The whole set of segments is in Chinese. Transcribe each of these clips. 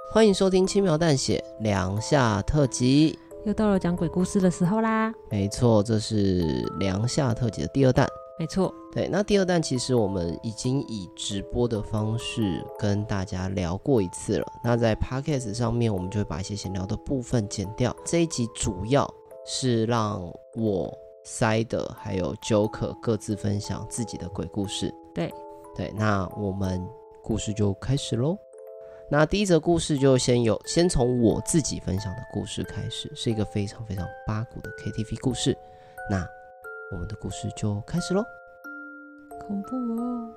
欢迎收听轻描淡写良夏特辑， 又到了讲鬼故事的时候啦。 没错，这是良夏特辑的第二弹。 没错， 对，那第二弹其实我们已经以直播的方式跟大家聊过一次了。那在 Podcast 上面，我们就会把一些闲聊的部分剪掉。这一集主要是让我、塞德还有 Joker 各自分享自己的鬼故事。 对， 那我们故事就开始咯。那第一则故事就先从我自己分享的故事开始，是一个非常非常八股的 KTV 故事。那我们的故事就开始咯。 恐怖哦。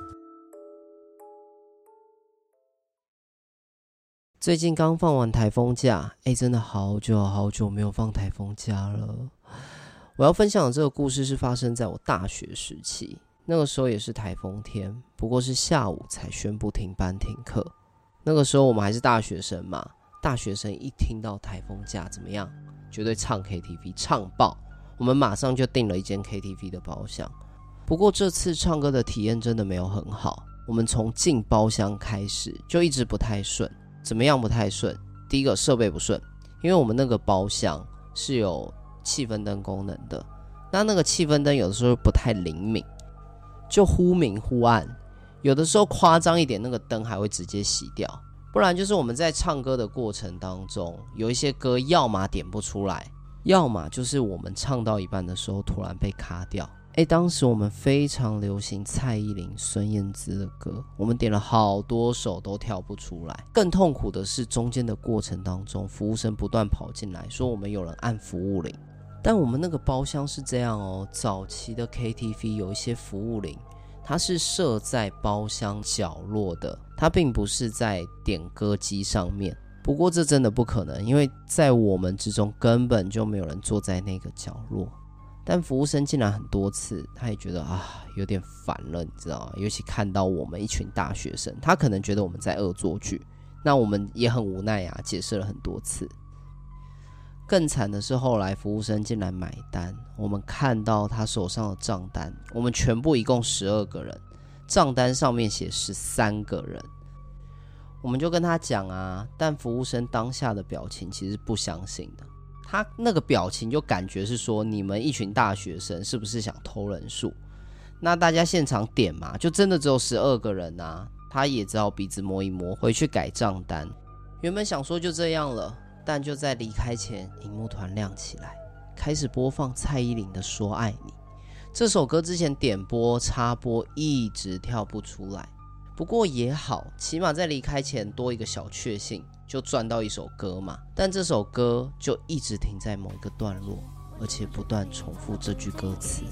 最近刚放完台风假，真的好久好久没有放台风假了。我要分享的这个故事是发生在我大学时期，那个时候也是台风天，不过是下午才宣布停班停课。那个时候我们还是大学生嘛，大学生一听到台风假怎么样，绝对唱 KTV 唱爆。我们马上就订了一间 KTV 的包厢。不过这次唱歌的体验真的没有很好，我们从进包厢开始就一直不太顺。怎么样不太顺？第一个，设备不顺，因为我们那个包厢是有气氛灯功能的，那个气氛灯有的时候不太灵敏，就忽明忽暗，有的时候夸张一点，那个灯还会直接熄掉。不然就是我们在唱歌的过程当中，有一些歌要么点不出来，要么就是我们唱到一半的时候突然被卡掉。当时我们非常流行蔡依林、孙燕姿的歌，我们点了好多首都跳不出来。更痛苦的是中间的过程当中，服务生不断跑进来说我们有人按服务铃。但我们那个包厢是这样哦，早期的 KTV 有一些服务铃它是设在包厢角落的，它并不是在点歌机上面。不过这真的不可能，因为在我们之中根本就没有人坐在那个角落。但服务生进来很多次，他也觉得有点烦了，你知道吗？尤其看到我们一群大学生，他可能觉得我们在恶作剧，那我们也很无奈啊，解释了很多次。更惨的是后来服务生进来买单，我们看到他手上的账单，我们全部一共12个人，账单上面写13个人。我们就跟他讲啊，但服务生当下的表情其实不相信的，他那个表情就感觉是说你们一群大学生是不是想偷人数？那大家现场点嘛，就真的只有12个人啊，他也只好鼻子摸一摸，回去改账单。原本想说就这样了，但就在离开前，萤幕突然亮起来，开始播放蔡依林的《说爱你》。这首歌之前点播插播一直跳不出来，不过也好，起码在离开前多一个小确幸，就赚到一首歌嘛。但这首歌就一直停在某一个段落，而且不断重复这句歌词。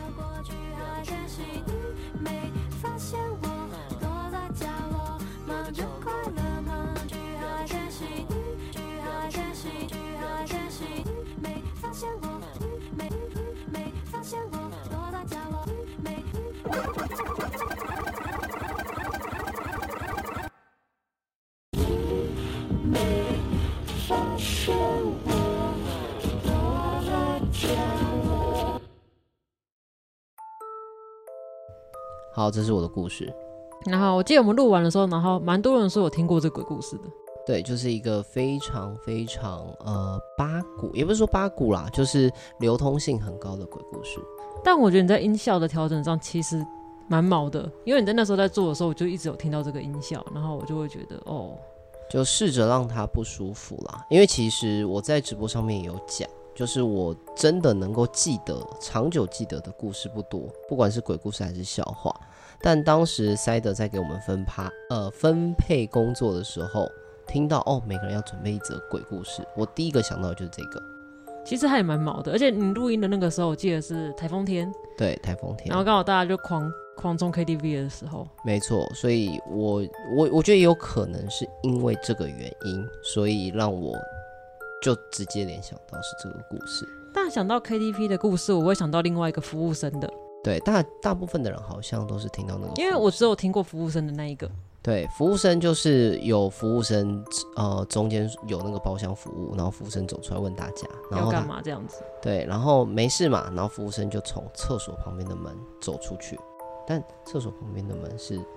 好，这是我的故事。 然后我记得我们录完的时候，然后蛮多人说有听过这鬼故事的。 对，就是一个非常非常八股，也不是说八股啦，就是流通性很高的鬼故事。 但我觉得你在音效的调整上其实蛮毛的，因为你在那时候在做的时候，我就一直有听到这个音效，然后我就会觉得就试着让它不舒服啦。因为其实我在直播上面也有讲，就是我真的能够记得长久记得的故事不多，不管是鬼故事还是笑话。但当时塞德在给我们分配工作的时候，听到每个人要准备一则鬼故事，我第一个想到的就是这个。 其实还蛮毛的，而且你录音的那个时候，我记得是台风天。 对，台风天， 然后刚好大家就狂冲 KTV 的时候。 没错，所以我觉得有可能是因为这个原因，所以让我就直接联想到是这个故事。 但想到 KTV 的故事，我会想到另外一个服务生的。 对，大部分的人好像都是听到那个服务生， 因为我只有听过服务生的那一个。 对，服务生就是有服务生，中间有那个包厢服务，然后服务生走出来问大家，然后要干嘛这样子。 对，然后没事嘛，然后服务生就从厕所旁边的门走出去，但厕所旁边的门是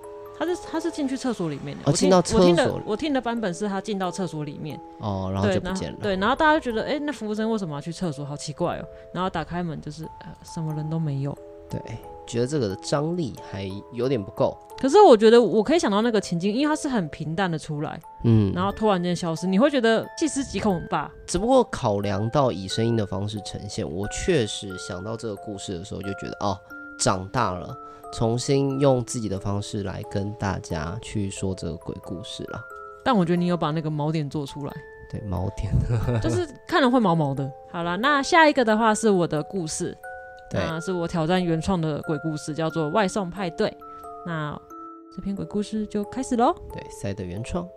他是进去厕所里面的。 进到厕所。 我听的版本是他进到厕所里面。 然后就不见了。 对，然后大家就觉得，那服务生为什么要去厕所？好奇怪哦。然后打开门就是什么人都没有。 对，觉得这个的张力还有点不够。 可是我觉得我可以想到那个情境，因为它是很平淡的出来，然后突然间消失，你会觉得细思极恐吧？ 只不过考量到以声音的方式呈现，我确实想到这个故事的时候就觉得，长大了，重新用自己的方式来跟大家去说这个鬼故事啦。 但我觉得你有把那个锚点做出来。 对，锚点就是看了会毛毛的。好了，那下一个的话是我的故事，那是我挑战原创的鬼故事，叫做外送派对。那这篇鬼故事就开始咯。 对，塞的原创。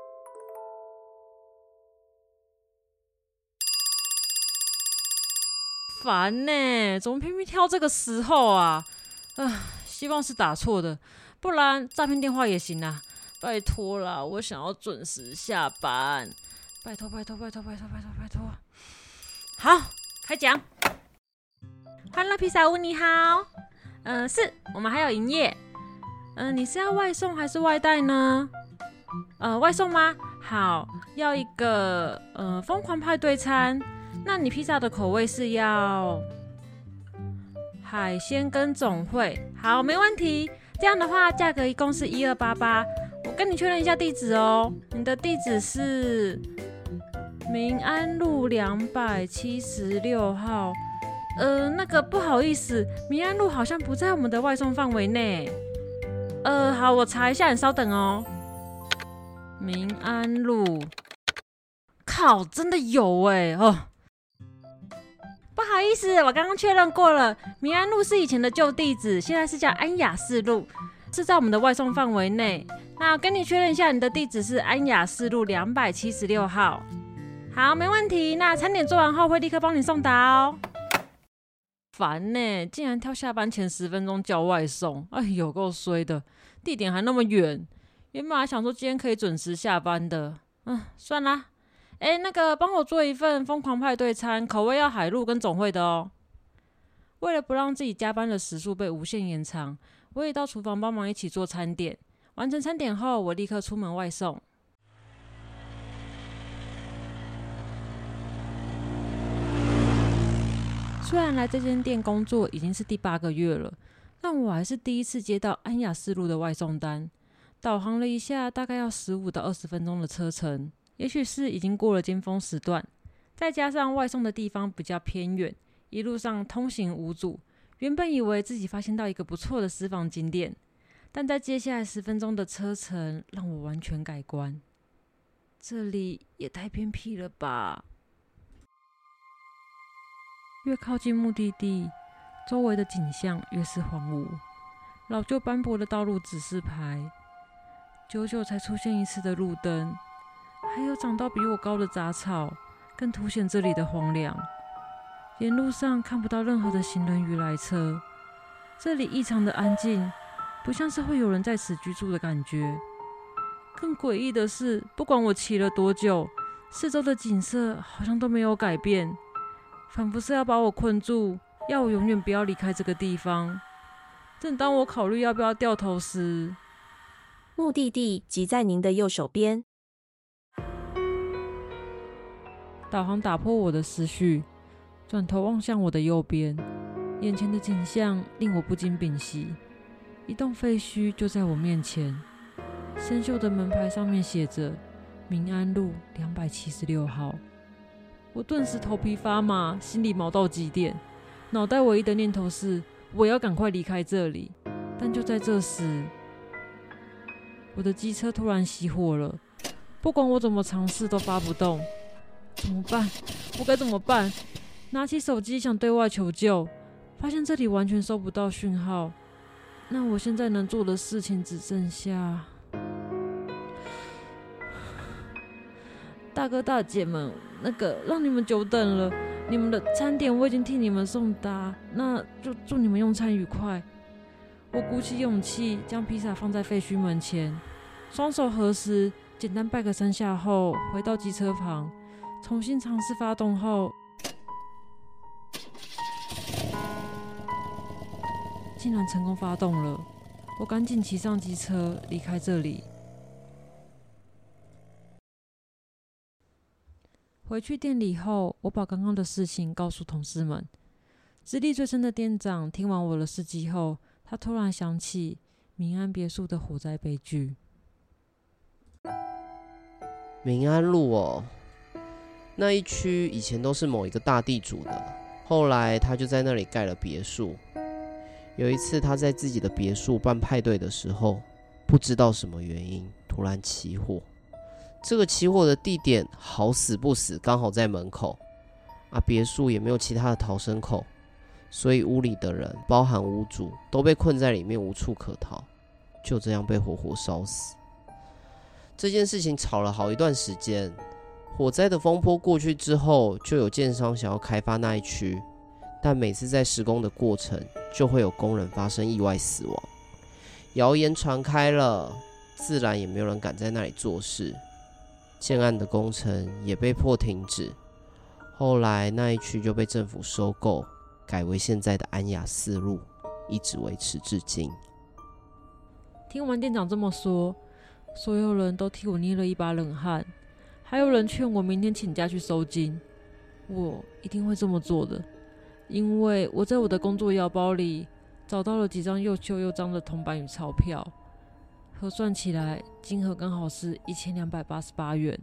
烦呢，怎么偏偏挑这个时候啊？希望是打错的，不然诈骗电话也行啊。拜托啦，我想要准时下班，拜托拜托拜托拜托拜托拜托。好，开讲。欢乐披萨屋你好，是我们还有营业。你是要外送还是外带呢？外送吗？好，要一个疯狂派对餐。那你披萨的口味是要海鲜跟总会？好，没问题。这样的话，价格一共是1288。我跟你确认一下地址哦，你的地址是民安路276号。那个不好意思，民安路好像不在我们的外送范围内。好，我查一下，你稍等哦。民安路，靠，真的有不好意思，我刚刚确认过了，民安路是以前的旧地址，现在是叫安雅士路，是在我们的外送范围内。那我跟你确认一下，你的地址是安雅士路276号。好，没问题。那餐点做完后会立刻帮你送达哦。烦呢，竟然挑下班前10分钟叫外送，有够衰的，地点还那么远。原本还想说今天可以准时下班的，算啦。那个帮我做一份疯狂派对餐，口味要海陆跟总会的哦。为了不让自己加班的时数被无限延长，我也到厨房帮忙一起做餐点。完成餐点后，我立刻出门外送。虽然来这间店工作已经是第8个月了，但我还是第一次接到安雅士路的外送单。导航了一下，大概要15到20分钟的车程，也许是已经过了尖峰时段，再加上外送的地方比较偏远，一路上通行无阻。原本以为自己发现到一个不错的私房景点，但在接下来10分钟的车程让我完全改观。这里也太偏僻了吧！越靠近目的地，周围的景象越是荒芜，老旧斑驳的道路指示牌，久久才出现一次的路灯，还有长到比我高的杂草，更凸显这里的荒凉。沿路上看不到任何的行人与来车，这里异常的安静，不像是会有人在此居住的感觉。更诡异的是，不管我骑了多久，四周的景色好像都没有改变，仿佛是要把我困住，要我永远不要离开这个地方。正当我考虑要不要掉头时， 目的地即在您的右手边。 导航打破我的思绪，转头望向我的右边，眼前的景象令我不禁屏息。一栋废墟就在我面前，生锈的门牌上面写着民安路276号。我顿时头皮发麻，心里毛到极点，脑袋唯一的念头是我要赶快离开这里。但就在这时，我的机车突然熄火了，不管我怎么尝试都发不动。怎么办？我该怎么办？拿起手机想对外求救，发现这里完全收不到讯号。那我现在能做的事情只剩下……大哥大姐们，让你们久等了，你们的餐点我已经替你们送达，那就祝你们用餐愉快。我鼓起勇气将披萨放在废墟门前，双手合十，简单拜个3下后，回到机车旁，重新尝试发动后，竟然成功发动了。 我赶紧骑上机车离开这里。回去店里后，我把刚刚的事情告诉同事们。资历最深的店长听完我的事迹后，他突然想起民安别墅的火灾悲剧。 民安路哦，那一区以前都是某一个大地主的，后来他就在那里盖了别墅。有一次他在自己的别墅办派对的时候，不知道什么原因突然起火。这个起火的地点好死不死刚好在门口啊，别墅也没有其他的逃生口，所以屋里的人包含屋主都被困在里面无处可逃，就这样被活活烧死。这件事情吵了好一段时间，火灾的风波过去之后，就有建商想要开发那一区，但每次在施工的过程就会有工人发生意外死亡，谣言传开了，自然也没有人敢在那里做事，建案的工程也被迫停止。后来那一区就被政府收购，改为现在的安雅4路，一直维持至今。 听完店长这么说，所有人都替我捏了一把冷汗，还有人劝我明天请假去收金。我一定会这么做的，因为我在我的工作腰包里找到了几张又旧又脏的铜板与钞票，核算起来金额刚好是1288元。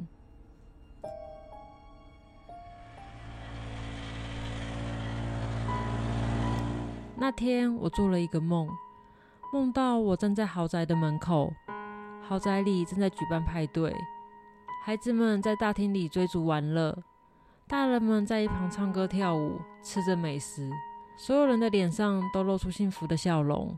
那天我做了一个梦，梦到我站在豪宅的门口，豪宅里正在举办派对，孩子们在大厅里追逐玩乐，大人们在一旁唱歌跳舞，吃着美食，所有人的脸上都露出幸福的笑容。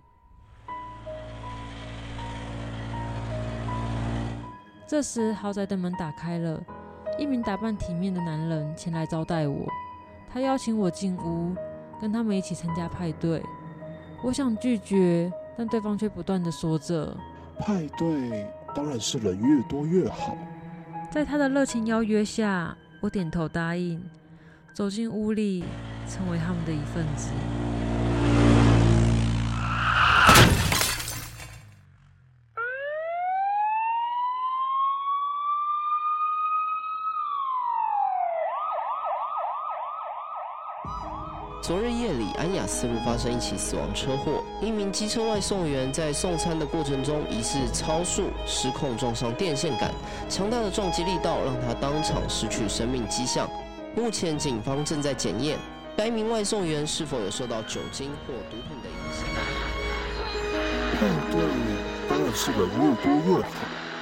这时豪宅的门打开了，一名打扮体面的男人前来招待我，他邀请我进屋，跟他们一起参加派对。我想拒绝，但对方却不断地说着， 派对当然是人越多越好。 在他的热情邀约下，我点头答应，走进屋里，成为他们的一份子。 昨日夜里，安雅4路发生一起死亡车祸，一名机车外送员在送餐的过程中疑似超速失控撞上电线杆，强大的撞击力道让他当场失去生命迹象。目前警方正在检验该名外送员是否有受到酒精或毒品的影响。 派对当然是人越多越好。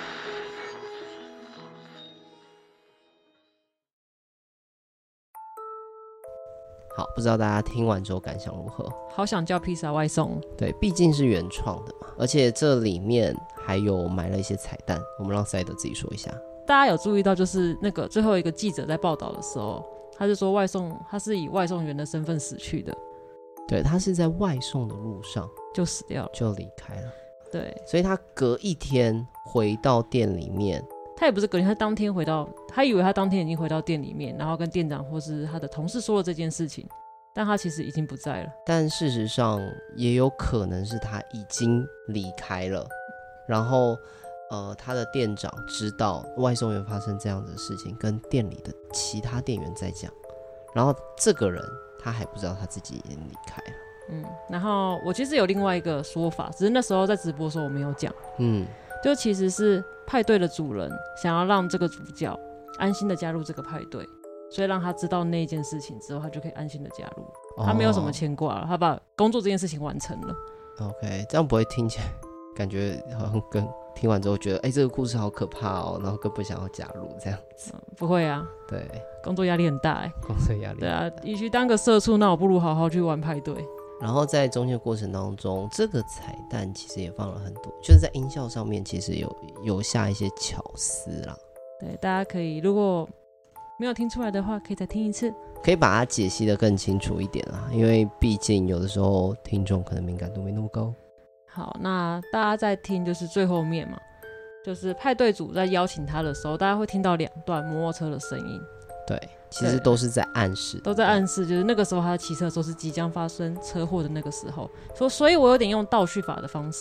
好，不知道大家听完之后感想如何？ 好想叫披萨外送。 对，毕竟是原创的嘛，而且这里面还有埋了一些彩蛋，我们让赛德自己说一下。 大家有注意到，就是那个最后一个记者在报道的时候，他就说他是以外送员的身份死去的。 对，他是在外送的路上就死掉了， 就离开了。 对， 所以他隔一天回到店里面。 他也不是隔天，他当天回到，他以为他当天已经回到店里面，然后跟店长或是他的同事说了这件事情，但他其实已经不在了。 但事实上也有可能是他已经离开了，然后他的店长知道外送员发生这样的事情，跟店里的其他店员在讲，然后这个人他还不知道他自己已经离开了。 然后我其实有另外一个说法，只是那时候在直播的时候我没有讲。就其实是派对的主人想要让这个主角安心的加入这个派对，所以让他知道那一件事情之后，他就可以安心的加入。他没有什么牵挂了，他把工作这件事情完成了。 OK， 这样不会听起来感觉好像跟听完之后觉得，这个故事好可怕哦，然后更不想要加入这样子。 不会啊， 对， 工作压力很大工作压力很大。 对啊，与其当个社畜，那我不如好好去玩派对。 然后在中间过程当中，这个彩蛋其实也放了很多，就是在音效上面其实有下一些巧思啦。 对，大家可以如果没有听出来的话，可以再听一次， 可以把它解析得更清楚一点啦。因为毕竟有的时候听众可能敏感度没那么高。 好，那大家在听就是最后面嘛，就是派对组在邀请他的时候，大家会听到2段摩托车的声音。 对，其实都是在暗示， 都在暗示，就是那个时候他骑车的时候是即将发生车祸的那个时候，所以我有点用倒叙法的方式，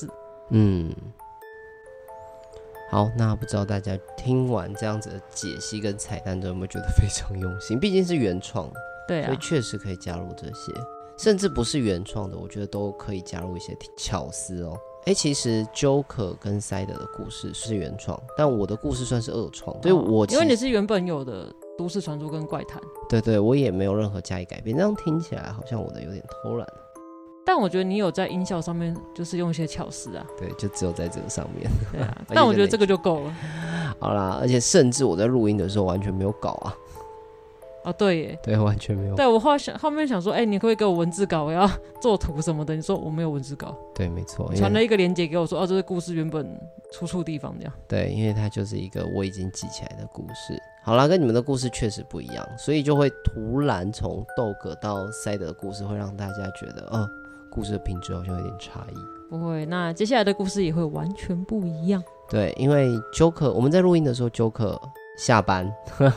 好，那不知道大家听完这样子的解析跟彩蛋，有没有觉得非常用心？毕竟是原创， 对啊， 所以确实可以加入这些，甚至不是原创的，我觉得都可以加入一些巧思哦。其实 Joker 跟 Side 的故事是原创，但我的故事算是二创，所以我因为你是原本有的都市传说跟怪谈， 对，我也没有任何加以改变，这样听起来好像我的有点偷懒。 但我觉得你有在音效上面就是用一些巧思啊， 对，就只有在这个上面。 对啊，但我觉得这个就够了。 好啦，而且甚至我在录音的时候完全没有稿啊。 哦，对耶， 对，完全没有。 对，我后面想说，你可不可以给我文字稿？我要做图什么的。你说我没有文字稿。 对，没错。 传了一个链接给我说，这是故事原本出处地方这样。 对，因为它就是一个我已经记起来的故事。好啦，跟你们的故事确实不一样，所以就会突然从豆哥到塞德的故事，会让大家觉得，故事的品质好像有点差异。 不会，那接下来的故事也会完全不一样。 对，因为 Joker 我们在录音的时候 ，Joker 下班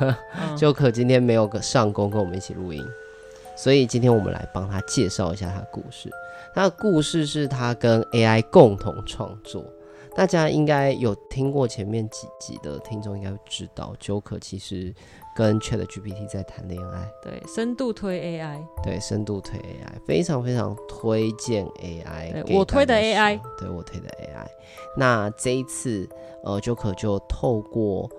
，Joker 今天没有上工跟我们一起录音，所以今天我们来帮他介绍一下他的故事。他的故事是他跟 AI 共同创作。大家应该有听过前面几集的听众应该会知道 ，Joker 其实跟 ChatGPT 在谈恋爱。 对，深度推 AI。 对，深度推 AI， 非常非常推荐 AI。 对，我推的 AI。 对，我推的 AI。那这一次，Joker 就透过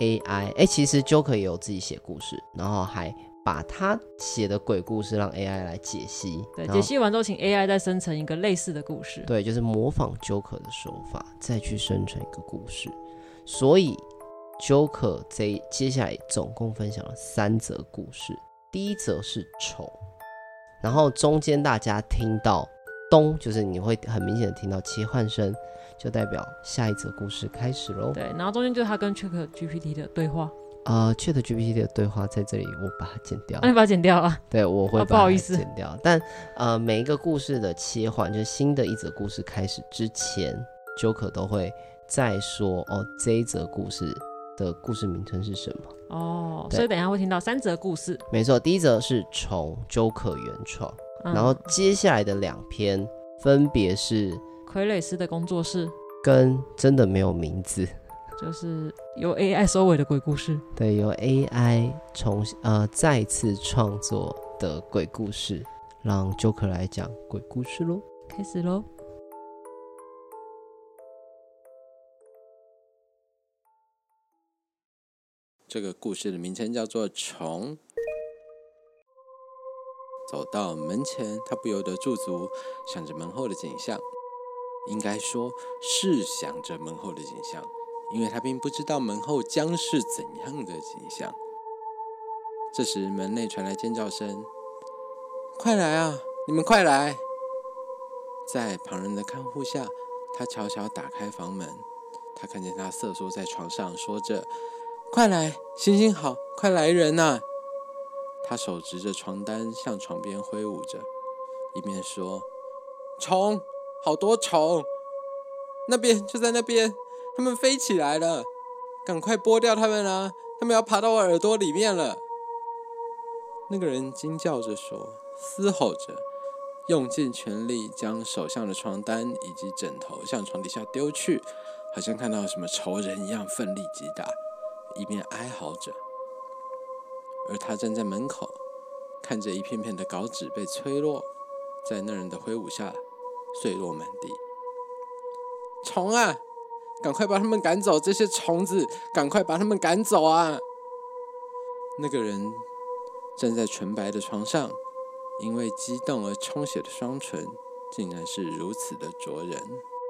AI，其实 Joker 也有自己写故事，然后还把他写的鬼故事让 AI 来解析。 对，解析完之后，请 AI 再生成一个类似的故事。 对，就是模仿 Joker 的手法，再去生成一个故事。所以 Joker 接下来总共分享了3则故事。第一则是虫，然后中间大家听到咚，就是你会很明显的听到切换声，就代表下一则故事开始咯。 对，然后中间就是他跟 ChatGPT 的对话。 ChatGPT 的对话在这里我把它剪掉。 你把它剪掉了？ 对，我会不好意思把它剪掉。但每一个故事的切换，就是新的一则故事开始之前 ，Joker 都会再说这一则故事的故事名称是什么。 所以等一下会听到3则故事。 没错，第一则是从 Joker 原创，然后接下来的2篇分别是傀儡师的工作室跟真的没有名字。 就是由 AI 收尾的鬼故事。 对，由 AI 再次创作的鬼故事，让 Joker 来讲鬼故事咯。 开始咯。 这个故事的名称叫做虫。走到门前，他不由得驻足，想着门后的景象。应该说是想着门后的景象，因为他并不知道门后将是怎样的景象。这时门内传来尖叫声：“快来啊，你们快来！”在旁人的看护下，他悄悄打开房门。他看见他瑟缩在床上，说着：“快来，行行好，快来人啊！”他手执着床单向床边挥舞着，一面说：“虫，好多虫，那边就在那边，他们飞起来了，赶快拨掉他们啊！他们要爬到我耳朵里面了。”那个人惊叫着说，嘶吼着，用尽全力将手上的床单以及枕头向床底下丢去，好像看到什么仇人一样奋力击打，一面哀嚎着。而他站在门口，看着一片片的稿纸被吹落，在那人的挥舞下碎落满地。虫啊，赶快把他们赶走！这些虫子，赶快把他们赶走啊！那个人站在纯白的床上，因为激动而充血的双唇，竟然是如此的灼人。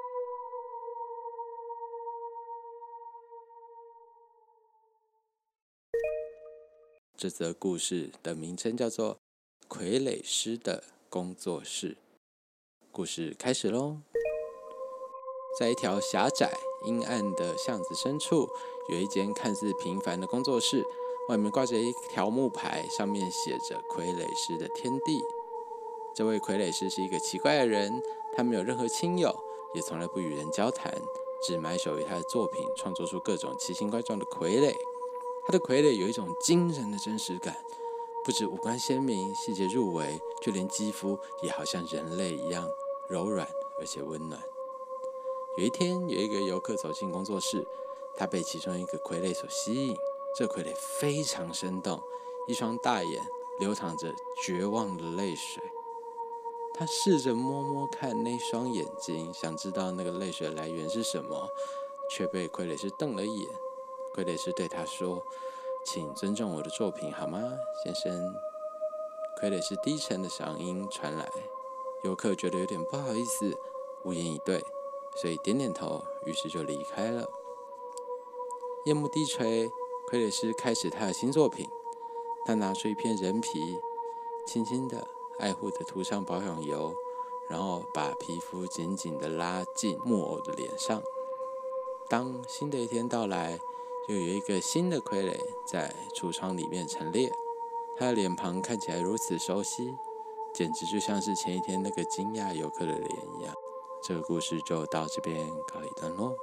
这则故事的名称叫做《傀儡师的工作室》。故事开始咯。在一条狭窄阴暗的巷子深处，有一间看似平凡的工作室，外面挂着一条木牌，上面写着傀儡师的天地。这位傀儡师是一个奇怪的人，他没有任何亲友，也从来不与人交谈，只埋首于他的作品，创作出各种奇形怪状的傀儡。他的傀儡有一种惊人的真实感，不止五官鲜明、细节入微，就连肌肤也好像人类一样柔软而且温暖。 有一天，有一个游客走进工作室，他被其中一个傀儡所吸引。这傀儡非常生动，一双大眼流淌着绝望的泪水。他试着摸摸看那双眼睛，想知道那个泪水的来源是什么，却被傀儡师瞪了一眼。傀儡师对他说：“请尊重我的作品好吗，先生？”傀儡师低沉的嗓音传来，游客觉得有点不好意思，无言以对，所以点点头，于是就离开了。夜幕低垂，傀儡师开始他的新作品。他拿出一片人皮，轻轻的、爱护的涂上保养油，然后把皮肤紧紧的拉进木偶的脸上。当新的一天到来，就有一个新的傀儡在橱窗里面陈列。他的脸庞看起来如此熟悉，简直就像是前一天那个惊讶游客的脸一样。这个故事就到这边告一段落。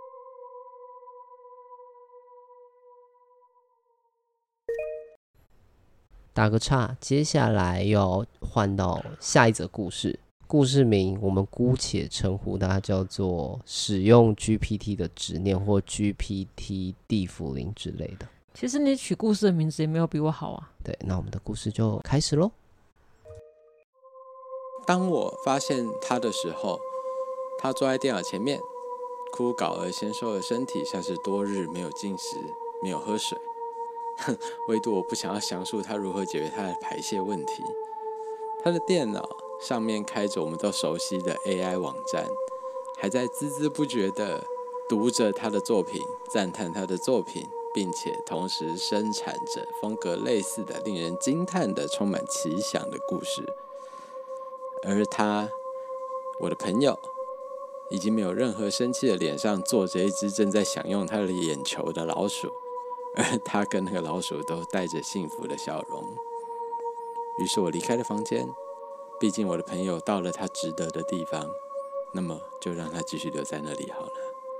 打个岔，接下来要换到下一则故事。故事名我们姑且称呼它叫做使用 GPT 的执念或 GPT 地茯苓之类的。 其实你取故事的名字也没有比我好啊。 对，那我们的故事就开始咯。 当我发现他的时候，他坐在电脑前面，枯槁而纤瘦的身体像是多日没有进食、没有喝水。唯独我不想要详述他如何解决他的排泄问题。他的电脑上面开着我们都熟悉的 AI 网站，还在孜孜不绝地读着他的作品，赞叹他的作品，并且同时生产着风格类似的、令人惊叹的、充满奇想的故事。而他，我的朋友，已经没有任何生气的脸上坐着一只正在享用他的眼球的老鼠。而他跟那个老鼠都带着幸福的笑容。于是我离开了房间，毕竟我的朋友到了他值得的地方，那么就让他继续留在那里好了。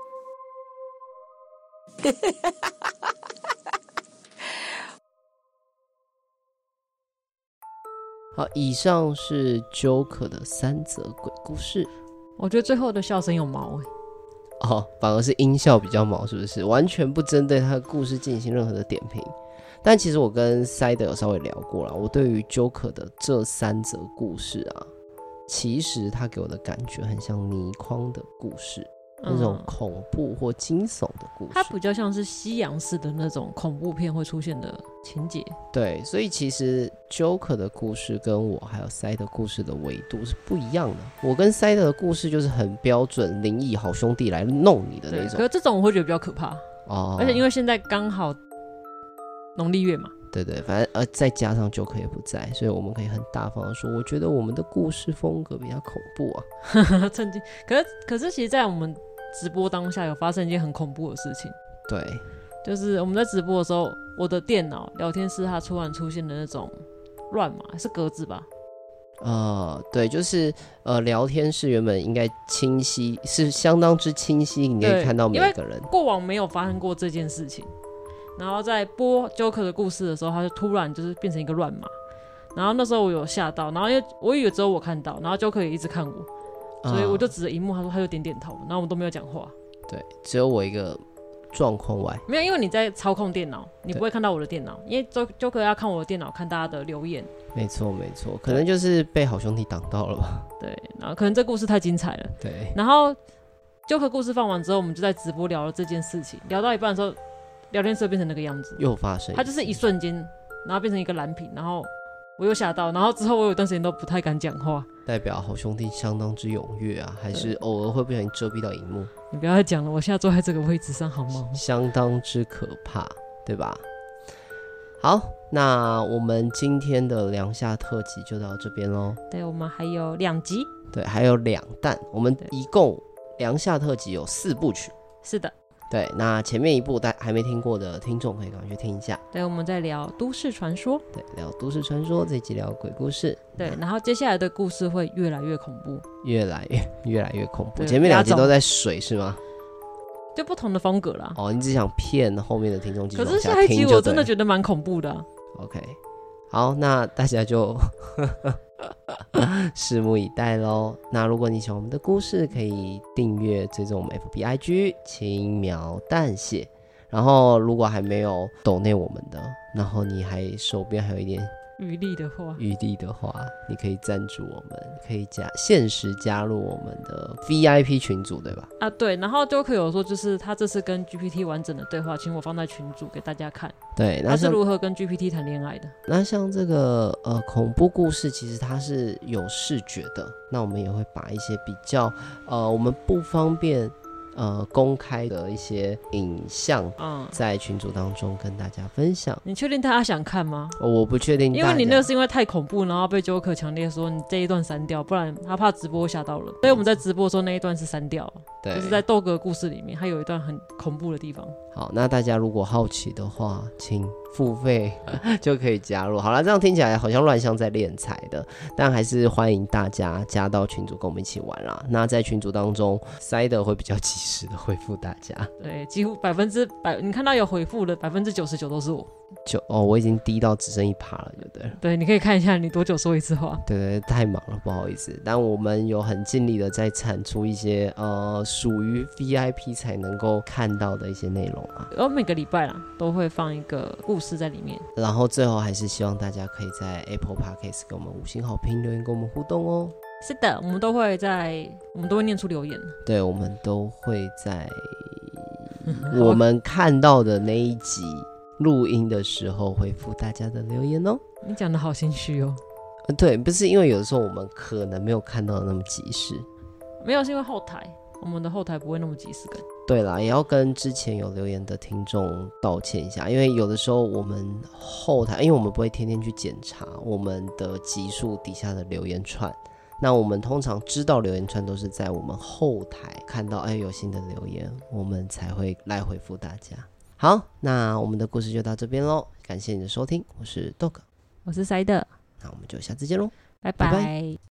好，以上是 Joker 的3则鬼故事。 我觉得最后的笑声有毛反而是音效比较毛，是不是？完全不针对他的故事进行任何的点评。但其实我跟 Side 有稍微聊过了，我对于 Joker 的这3则故事啊，其实他给我的感觉很像倪匡的故事，那种恐怖或惊悚的故事。 它比较像是西洋式的那种恐怖片会出现的情节。 对，所以其实 Joker 的故事跟我还有 Side 的故事的维度是不一样的。我跟 Side 的故事就是很标准灵异好兄弟来弄你的那种。 可是这种我会觉得比较可怕而且因为现在刚好农历月嘛。 对对，反正再加上 Joker 也不在，所以我们可以很大方的说，我觉得我们的故事风格比较恐怖啊。 曾经，可是其实在我们直播当下有发生一件很恐怖的事情。 对， 就是我们在直播的时候，我的电脑聊天室它突然出现了那种乱码，是格子吧？ 对，就是聊天室原本应该清晰，是相当之清晰，你可以看到每个人。 过往没有发生过这件事情，然后在播 Joker 的故事的时候，它就突然就是变成一个乱码，然后那时候我有吓到，然后因为我以为只有我看到，然后 Joker 也一直看我，所以我就指着荧幕，他就点点头，然后我们都没有讲话。 对，只有我一个状况外。 没有，因为你在操控电脑，你不会看到我的电脑，因为 Joker 要看我的电脑，看大家的留言。 没错没错，可能就是被好兄弟挡到了吧。 对，然后可能这故事太精彩了。 对， 然后 Joker 故事放完之后，我们就在直播聊了这件事情，聊到一半的时候，聊天室变成那个样子， 又发生， 它就是一瞬间，然后变成一个蓝屏，然后我又吓到，然后之后我有段时间都不太敢讲话， 代表好兄弟相当之踊跃啊，还是偶尔会不小心遮蔽到荧幕？ 你不要再讲了，我现在坐在这个位置上好吗？ 相当之可怕，对吧？好，那我们今天的凉夏特辑就到这边咯。 对，我们还有2集， 对，还有2弹，我们一共凉夏特辑有4部曲。 是的。 对，那前面一部但还没听过的听众可以赶快去听一下。 对，我们在聊都市传说。 对，聊都市传说，这一集聊鬼故事。 对，然后接下来的故事会越来越恐怖， 越来越恐怖。 对， 前面2集都在水是吗？ 就不同的风格啦。 你只想骗后面的听众继续往下听就对了。 可是下一集我真的觉得蛮恐怖的OK， 好，那大家就拭目以待咯。那如果你喜欢我们的故事，可以订阅追踪我们 FBIG 轻描淡写。然后如果还没有抖内我们的，然后你还手边还有一点余力的话， 你可以赞助我们，可以限时加入我们的 VIP 群组，对吧？ 啊，对，然后就可以有说，就是他这次跟 GPT 完整的对话，请我放在群组给大家看。 对， 他是如何跟 GPT 谈恋爱的？ 那像这个恐怖故事，其实它是有视觉的，那我们也会把一些比较我们不方便公开的一些影像，在群组当中跟大家分享。 你确定大家想看吗？ 我不确定， 因为你那个是因为太恐怖，然后被Joker强烈说你这一段删掉，不然他怕直播吓到人。所以我们在直播的时候那一段是删掉， 对， 就是在豆哥故事里面，它有一段很恐怖的地方。 好，那大家如果好奇的话，请付费就可以加入。好了，这样听起来好像乱象在敛财的，但还是欢迎大家加到群组跟我们一起玩啦。那在群组当中，塞的会比较及时的回复大家。 对，几乎100%，你看到有回复的99%都是我。 我已经低到只剩1%了，对不对？ 对，你可以看一下你多久说一次话。 对，太忙了，不好意思。但我们有很尽力的在产出一些属于 VIP 才能够看到的一些内容啊。 然后每个礼拜啦都会放一个故事在里面。 然后最后还是希望大家可以在 Apple Podcast 给我们5星好评，留言跟我们互动哦。 是的，我们都会念出留言。 对，我们都会在我们看到的那一集录音的时候回复大家的留言哦。 你讲的好心虚哦。 对，不是因为有的时候我们可能没有看到的那么及时。 没有，是因为后台，我们的后台不会那么及时更。 对啦，也要跟之前有留言的听众道歉一下，因为有的时候我们后台，因为我们不会天天去检查我们的集数底下的留言串，那我们通常知道留言串都是在我们后台看到有新的留言，我们才会来回复大家。好，那我们的故事就到这边咯，感谢你的收听，我是 Dog， 我是塞德， 那我们就下次见咯， 拜拜。